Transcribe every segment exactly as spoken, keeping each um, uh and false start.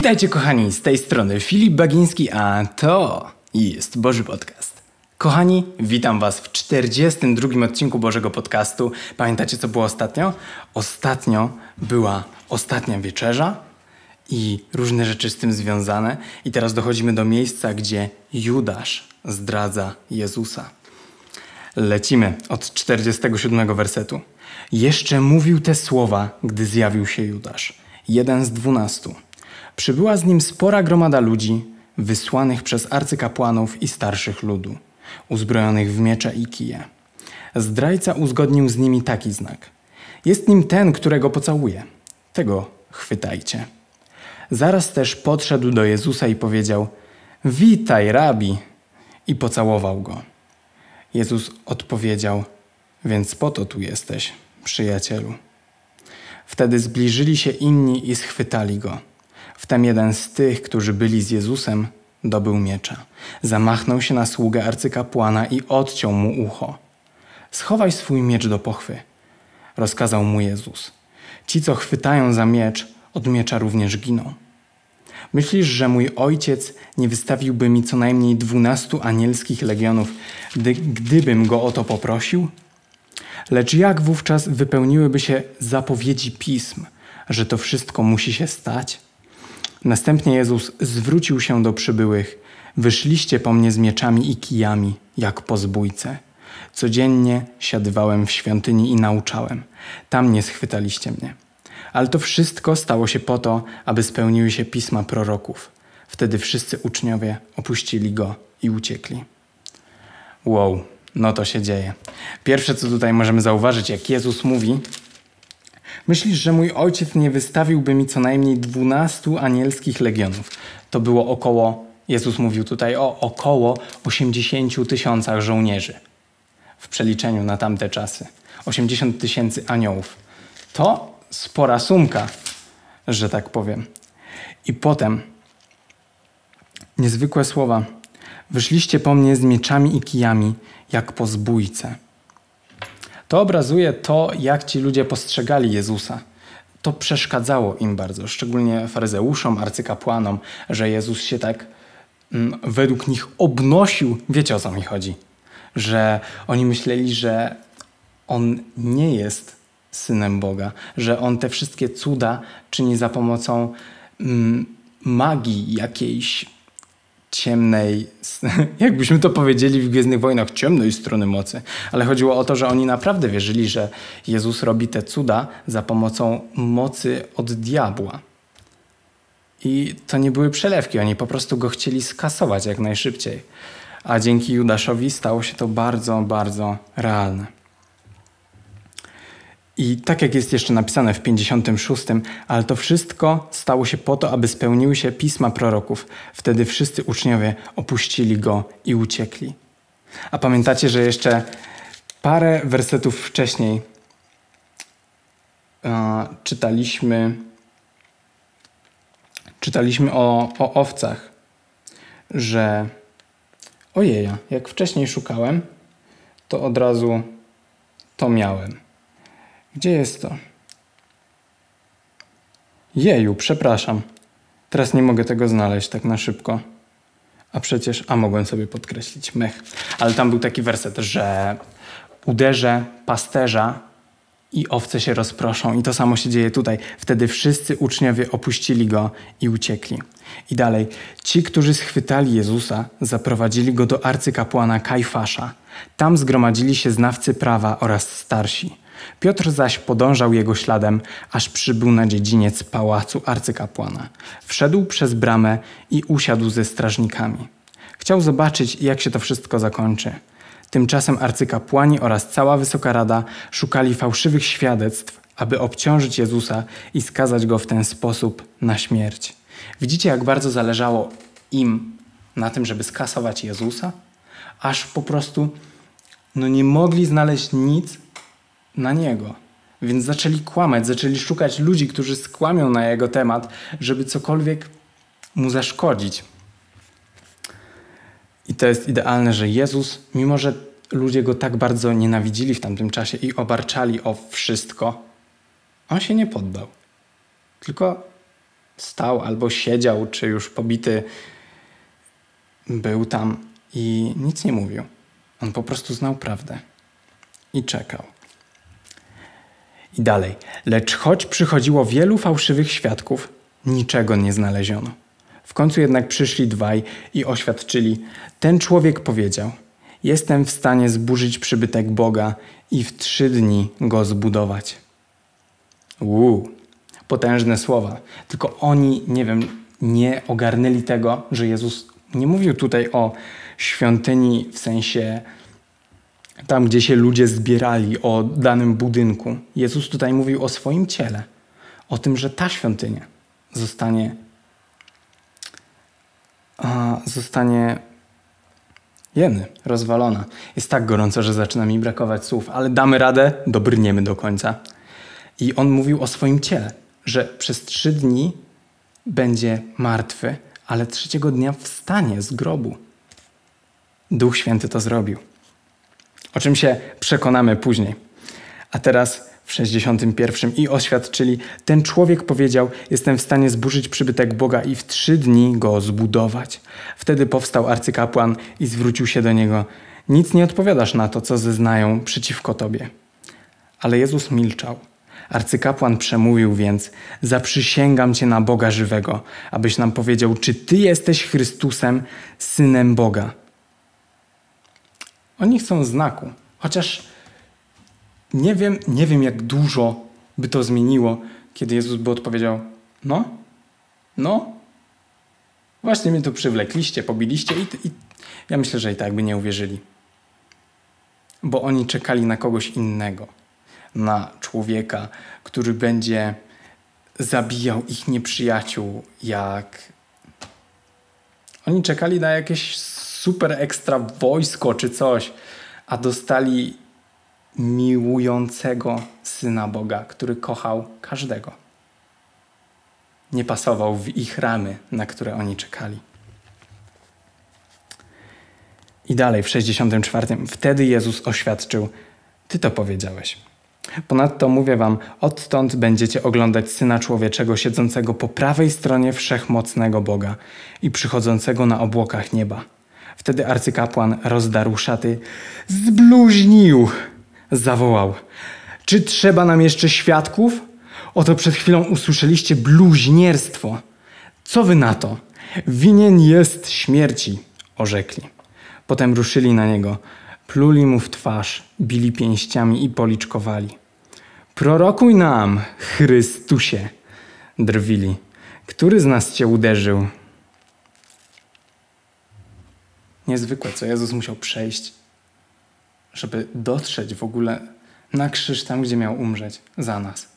Witajcie kochani, z tej strony Filip Bagiński, a to jest Boży Podcast. Kochani, witam was w czterdziestym drugim odcinku Bożego Podcastu. Pamiętacie, co było ostatnio? Ostatnio była ostatnia wieczerza i różne rzeczy z tym związane. I teraz dochodzimy do miejsca, gdzie Judasz zdradza Jezusa. Lecimy od czterdziestego siódmego wersetu. Jeszcze mówił te słowa, gdy zjawił się Judasz, jeden z dwunastu. Przybyła z nim spora gromada ludzi, wysłanych przez arcykapłanów i starszych ludu, uzbrojonych w miecze i kije. Zdrajca uzgodnił z nimi taki znak. Jest nim ten, którego pocałuje. Tego chwytajcie. Zaraz też podszedł do Jezusa i powiedział: witaj, rabi! I pocałował go. Jezus odpowiedział: więc po to tu jesteś, przyjacielu. Wtedy zbliżyli się inni i schwytali go. Wtem jeden z tych, którzy byli z Jezusem, dobył miecza. Zamachnął się na sługę arcykapłana i odciął mu ucho. Schowaj swój miecz do pochwy, rozkazał mu Jezus. Ci, co chwytają za miecz, od miecza również giną. Myślisz, że mój ojciec nie wystawiłby mi co najmniej dwunastu anielskich legionów, gdy, gdybym go o to poprosił? Lecz jak wówczas wypełniłyby się zapowiedzi pism, że to wszystko musi się stać? Następnie Jezus zwrócił się do przybyłych. Wyszliście po mnie z mieczami i kijami, jak po zbójce. Codziennie siadywałem w świątyni i nauczałem. Tam nie schwytaliście mnie. Ale to wszystko stało się po to, aby spełniły się pisma proroków. Wtedy wszyscy uczniowie opuścili go i uciekli. Wow, no to się dzieje. Pierwsze, co tutaj możemy zauważyć, jak Jezus mówi: myślisz, że mój ojciec nie wystawiłby mi co najmniej dwunastu anielskich legionów? To było około, Jezus mówił tutaj o około osiemdziesięciu tysiącach żołnierzy. W przeliczeniu na tamte czasy. osiemdziesiąt tysięcy aniołów. To spora sumka, że tak powiem. I potem niezwykłe słowa. Wyszliście po mnie z mieczami i kijami, jak po zbójce. To obrazuje to, jak ci ludzie postrzegali Jezusa. To przeszkadzało im bardzo, szczególnie faryzeuszom, arcykapłanom, że Jezus się tak mm, według nich obnosił. Wiecie, o co mi chodzi? Że oni myśleli, że On nie jest Synem Boga, że On te wszystkie cuda czyni za pomocą mm, magii jakiejś ciemnej, jakbyśmy to powiedzieli w Gwiezdnych Wojnach, ciemnej strony mocy. Ale chodziło o to, że oni naprawdę wierzyli, że Jezus robi te cuda za pomocą mocy od diabła. I to nie były przelewki, oni po prostu go chcieli skasować jak najszybciej. A dzięki Judaszowi stało się to bardzo, bardzo realne. I tak jak jest jeszcze napisane w pięćdziesiątym szóstym, ale to wszystko stało się po to, aby spełniły się pisma proroków. Wtedy wszyscy uczniowie opuścili go i uciekli. A pamiętacie, że jeszcze parę wersetów wcześniej e, czytaliśmy, czytaliśmy o, o owcach, że ojeja, jak wcześniej szukałem, to od razu to miałem. Gdzie jest to? Jeju, przepraszam. Teraz nie mogę tego znaleźć tak na szybko. A przecież, a mogłem sobie podkreślić, mech. Ale tam był taki werset, że uderzę pasterza i owce się rozproszą. I to samo się dzieje tutaj. Wtedy wszyscy uczniowie opuścili go i uciekli. I dalej. Ci, którzy schwytali Jezusa, zaprowadzili go do arcykapłana Kajfasza. Tam zgromadzili się znawcy prawa oraz starsi. Piotr zaś podążał jego śladem, aż przybył na dziedziniec pałacu arcykapłana. Wszedł przez bramę i usiadł ze strażnikami. Chciał zobaczyć, jak się to wszystko zakończy. Tymczasem arcykapłani oraz cała Wysoka Rada szukali fałszywych świadectw, aby obciążyć Jezusa i skazać go w ten sposób na śmierć. Widzicie, jak bardzo zależało im na tym, żeby skasować Jezusa? Aż po prostu no nie mogli znaleźć nic na Niego. Więc zaczęli kłamać, zaczęli szukać ludzi, którzy skłamią na Jego temat, żeby cokolwiek Mu zaszkodzić. I to jest idealne, że Jezus, mimo że ludzie Go tak bardzo nienawidzili w tamtym czasie i obarczali o wszystko, On się nie poddał. Tylko stał albo siedział, czy już pobity, był tam i nic nie mówił. On po prostu znał prawdę i czekał. I dalej. Lecz choć przychodziło wielu fałszywych świadków, niczego nie znaleziono. W końcu jednak przyszli dwaj i oświadczyli: ten człowiek powiedział: jestem w stanie zburzyć przybytek Boga i w trzy dni go zbudować. Uuu, potężne słowa. Tylko oni, nie wiem, nie ogarnęli tego, że Jezus nie mówił tutaj o świątyni w sensie tam, gdzie się ludzie zbierali, o danym budynku. Jezus tutaj mówił o swoim ciele. O tym, że ta świątynia zostanie a, zostanie jeny, rozwalona. Jest tak gorąco, że zaczyna mi brakować słów, ale damy radę, dobrniemy do końca. I on mówił o swoim ciele, że przez trzy dni będzie martwy, ale trzeciego dnia wstanie z grobu. Duch Święty to zrobił. O czym się przekonamy później. A teraz w sześćdziesiątym pierwszym i oświadczyli: ten człowiek powiedział: jestem w stanie zburzyć przybytek Boga i w trzy dni go zbudować. Wtedy powstał arcykapłan i zwrócił się do niego: nic nie odpowiadasz na to, co zeznają przeciwko tobie. Ale Jezus milczał. Arcykapłan przemówił więc: zaprzysięgam cię na Boga żywego, abyś nam powiedział, czy ty jesteś Chrystusem, Synem Boga. Oni chcą znaku, chociaż nie wiem, nie wiem jak dużo by to zmieniło, kiedy Jezus by odpowiedział: no, no, właśnie mnie tu przywlekliście, pobiliście i, i ja myślę, że i tak by nie uwierzyli. Bo oni czekali na kogoś innego, na człowieka, który będzie zabijał ich nieprzyjaciół, jak... Oni czekali na jakieś super ekstra wojsko czy coś, a dostali miłującego Syna Boga, który kochał każdego. Nie pasował w ich ramy, na które oni czekali. I dalej w sześćdziesiątym czwartym wtedy Jezus oświadczył: ty to powiedziałeś. Ponadto mówię wam, odtąd będziecie oglądać Syna Człowieczego siedzącego po prawej stronie wszechmocnego Boga i przychodzącego na obłokach nieba. Wtedy arcykapłan rozdarł szaty. Zbluźnił! Zawołał: czy trzeba nam jeszcze świadków? Oto przed chwilą usłyszeliście bluźnierstwo. Co wy na to? Winien jest śmierci, orzekli. Potem ruszyli na niego, pluli mu w twarz, bili pięściami i policzkowali. Prorokuj nam, Chrystusie, drwili. Który z nas cię uderzył? Niezwykłe, co Jezus musiał przejść, żeby dotrzeć w ogóle na krzyż tam, gdzie miał umrzeć za nas.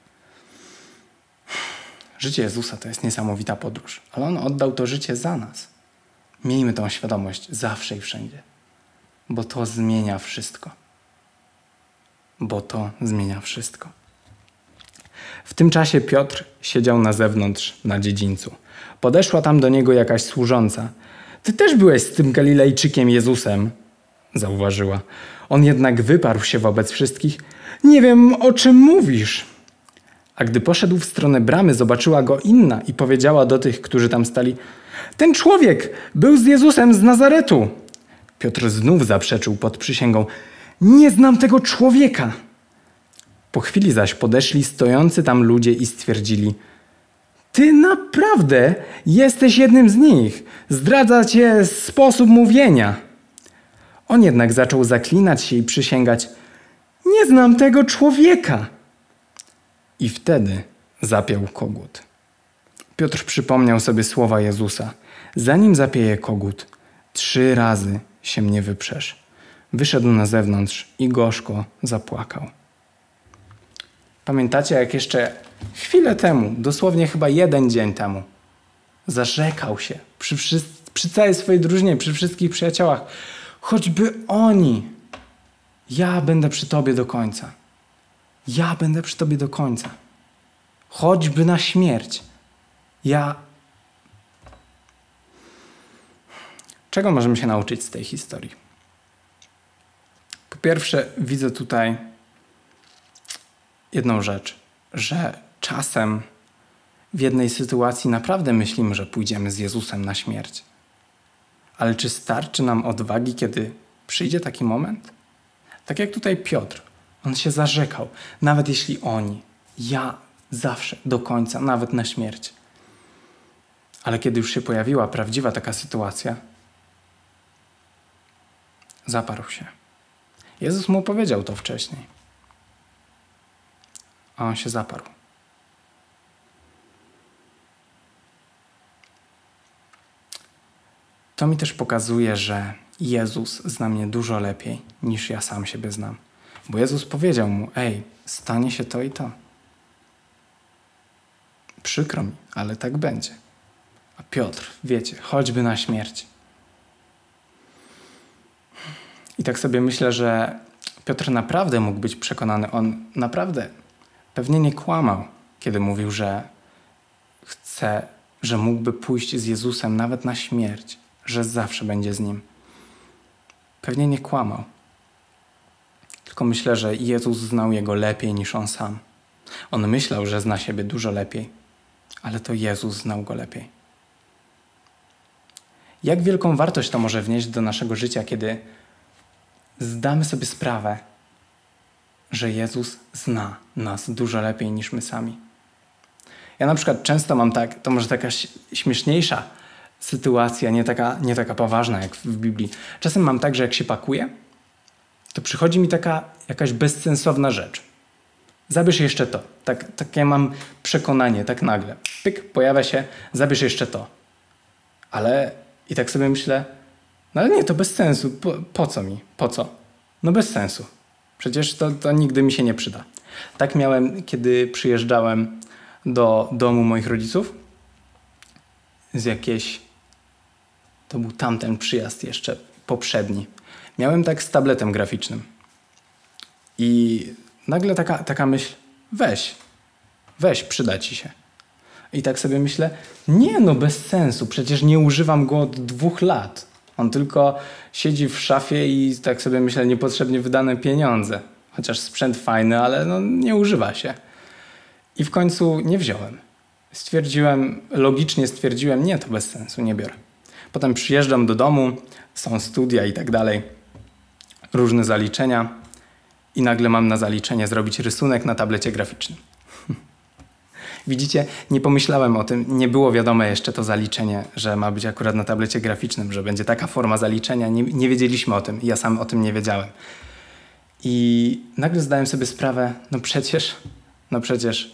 Życie Jezusa to jest niesamowita podróż, ale On oddał to życie za nas. Miejmy tą świadomość zawsze i wszędzie, bo to zmienia wszystko. Bo to zmienia wszystko. W tym czasie Piotr siedział na zewnątrz, na dziedzińcu. Podeszła tam do niego jakaś służąca. Ty też byłeś z tym Galilejczykiem Jezusem, zauważyła. On jednak wyparł się wobec wszystkich. Nie wiem, o czym mówisz. A gdy poszedł w stronę bramy, zobaczyła go inna i powiedziała do tych, którzy tam stali: ten człowiek był z Jezusem z Nazaretu. Piotr znów zaprzeczył pod przysięgą: nie znam tego człowieka. Po chwili zaś podeszli stojący tam ludzie i stwierdzili: ty naprawdę jesteś jednym z nich. Zdradza cię sposób mówienia. On jednak zaczął zaklinać się i przysięgać: nie znam tego człowieka. I wtedy zapiał kogut. Piotr przypomniał sobie słowa Jezusa: zanim zapieje kogut, trzy razy się mnie wyprzesz. Wyszedł na zewnątrz i gorzko zapłakał. Pamiętacie, jak jeszcze chwilę temu, dosłownie chyba jeden dzień temu, zarzekał się przy, wszyscy, przy całej swojej drużynie, przy wszystkich przyjaciołach: choćby oni, ja będę przy tobie do końca. Ja będę przy tobie do końca. Choćby na śmierć. Ja... Czego możemy się nauczyć z tej historii? Po pierwsze, widzę tutaj jedną rzecz, że czasem w jednej sytuacji naprawdę myślimy, że pójdziemy z Jezusem na śmierć. Ale czy starczy nam odwagi, kiedy przyjdzie taki moment? Tak jak tutaj Piotr, on się zarzekał, nawet jeśli oni, ja zawsze, do końca, nawet na śmierć. Ale kiedy już się pojawiła prawdziwa taka sytuacja, zaparł się. Jezus mu powiedział to wcześniej, a on się zaparł. To mi też pokazuje, że Jezus zna mnie dużo lepiej, niż ja sam siebie znam. Bo Jezus powiedział mu, ej, stanie się to i to. Przykro mi, ale tak będzie. A Piotr, wiecie, choćby na śmierć. I tak sobie myślę, że Piotr naprawdę mógł być przekonany. On naprawdę pewnie nie kłamał, kiedy mówił, że chce, że mógłby pójść z Jezusem nawet na śmierć, że zawsze będzie z Nim. Pewnie nie kłamał. Tylko myślę, że Jezus znał Jego lepiej niż On sam. On myślał, że zna siebie dużo lepiej, ale to Jezus znał Go lepiej. Jak wielką wartość to może wnieść do naszego życia, kiedy zdamy sobie sprawę, że Jezus zna nas dużo lepiej niż my sami. Ja na przykład często mam tak, to może taka śmieszniejsza sytuacja, nie taka, nie taka poważna jak w Biblii. Czasem mam tak, że jak się pakuję, to przychodzi mi taka jakaś bezsensowna rzecz. Zabierz jeszcze to. Tak, takie mam przekonanie, tak nagle. Pyk, pojawia się, zabierz jeszcze to. Ale i tak sobie myślę, no ale nie, to bez sensu. Po, po co mi? Po co? No bez sensu. Przecież to, to nigdy mi się nie przyda. Tak miałem, kiedy przyjeżdżałem do domu moich rodziców. Z jakiejś... To był tamten przyjazd jeszcze poprzedni. Miałem tak z tabletem graficznym. I nagle taka, taka myśl, weź, weź, przyda ci się. I tak sobie myślę, nie no, bez sensu, przecież nie używam go od dwóch lat. On tylko siedzi w szafie i tak sobie myślę, niepotrzebnie wydane pieniądze. Chociaż sprzęt fajny, ale no, nie używa się. I w końcu nie wziąłem. Stwierdziłem, logicznie stwierdziłem, nie, to bez sensu, nie biorę. Potem przyjeżdżam do domu, są studia i tak dalej, różne zaliczenia i nagle mam na zaliczenie zrobić rysunek na tablecie graficznym. Widzicie, nie pomyślałem o tym, nie było wiadome jeszcze to zaliczenie, że ma być akurat na tablecie graficznym, że będzie taka forma zaliczenia. Nie, nie wiedzieliśmy o tym, ja sam o tym nie wiedziałem. I nagle zdałem sobie sprawę, no przecież, no przecież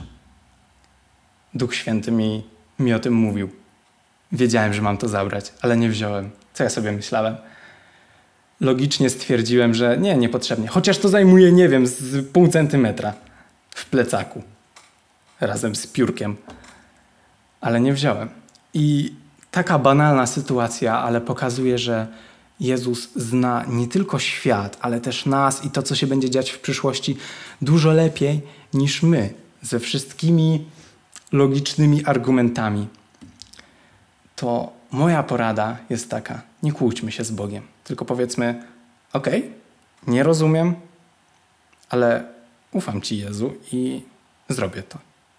Duch Święty mi, mi o tym mówił. Wiedziałem, że mam to zabrać, ale nie wziąłem. Co ja sobie myślałem? Logicznie stwierdziłem, że nie, niepotrzebnie. Chociaż to zajmuje, nie wiem, z pół centymetra w plecaku. Razem z piórkiem. Ale nie wziąłem. I taka banalna sytuacja, ale pokazuje, że Jezus zna nie tylko świat, ale też nas i to, co się będzie dziać w przyszłości dużo lepiej niż my. Ze wszystkimi logicznymi argumentami. To moja porada jest taka, nie kłóćmy się z Bogiem, tylko powiedzmy, okej, okay, nie rozumiem, ale ufam Ci, Jezu, i zrobię to.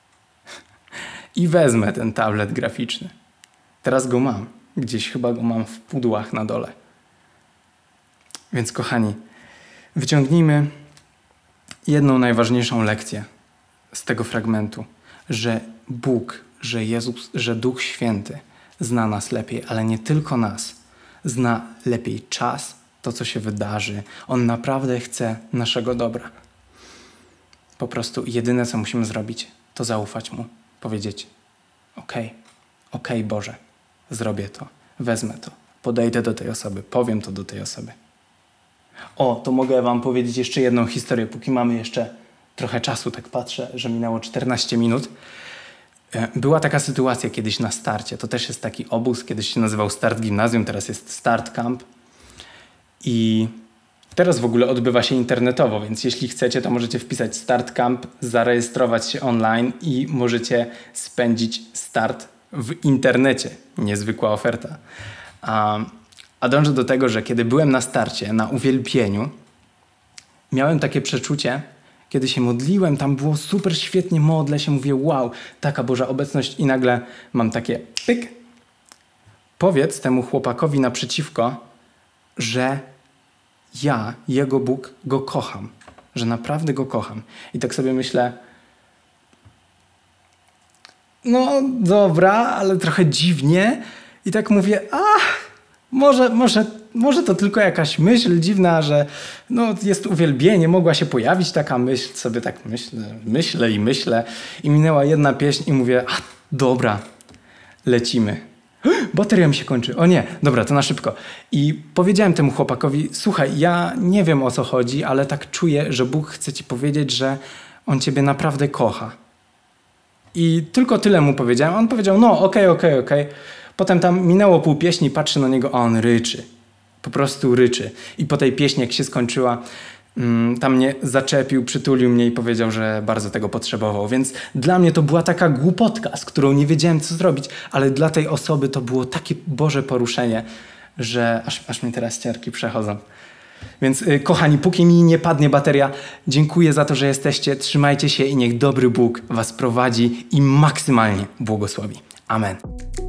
I wezmę ten tablet graficzny. Teraz go mam, gdzieś chyba go mam w pudłach na dole. Więc kochani, wyciągnijmy jedną najważniejszą lekcję z tego fragmentu, że Bóg, że Jezus, że Duch Święty zna nas lepiej, ale nie tylko nas. Zna lepiej czas, to co się wydarzy. On naprawdę chce naszego dobra. Po prostu jedyne co musimy zrobić, to zaufać Mu. Powiedzieć, okej, okay, okej okay, Boże, zrobię to, wezmę to, podejdę do tej osoby, powiem to do tej osoby. O, to mogę wam powiedzieć jeszcze jedną historię, póki mamy jeszcze trochę czasu, tak patrzę, że minęło czternaście minut. Była taka sytuacja kiedyś na starcie. To też jest taki obóz, kiedyś się nazywał Start Gimnazjum, teraz jest Start Camp. I teraz w ogóle odbywa się internetowo, więc jeśli chcecie, to możecie wpisać Start Camp, zarejestrować się online i możecie spędzić start w internecie. Niezwykła oferta. A, a dążę do tego, że kiedy byłem na starcie, na uwielbieniu, miałem takie przeczucie, kiedy się modliłem, tam było super świetnie, modlę się, mówię wow, taka Boża obecność i nagle mam takie pyk. Powiedz temu chłopakowi naprzeciwko, że ja, jego Bóg, go kocham, że naprawdę go kocham. I tak sobie myślę, no dobra, ale trochę dziwnie. I tak mówię, a może, może, może to tylko jakaś myśl dziwna, że no, jest uwielbienie, mogła się pojawić taka myśl, sobie tak myślę, myślę i myślę. I minęła jedna pieśń i mówię, a dobra, lecimy. Bateria mi się kończy. O nie, dobra, to na szybko. I powiedziałem temu chłopakowi, słuchaj, ja nie wiem o co chodzi, ale tak czuję, że Bóg chce ci powiedzieć, że On ciebie naprawdę kocha. I tylko tyle mu powiedziałem. On powiedział, no okej, okej, okej. Potem tam minęło pół pieśni, patrzę na niego, a on ryczy. Po prostu ryczy. I po tej pieśni, jak się skończyła, tam mnie zaczepił, przytulił mnie i powiedział, że bardzo tego potrzebował. Więc dla mnie to była taka głupotka, z którą nie wiedziałem, co zrobić, ale dla tej osoby to było takie Boże poruszenie, że aż, aż mnie teraz ciarki przechodzą. Więc yy, kochani, póki mi nie padnie bateria, dziękuję za to, że jesteście. Trzymajcie się i niech dobry Bóg was prowadzi i maksymalnie błogosławi. Amen.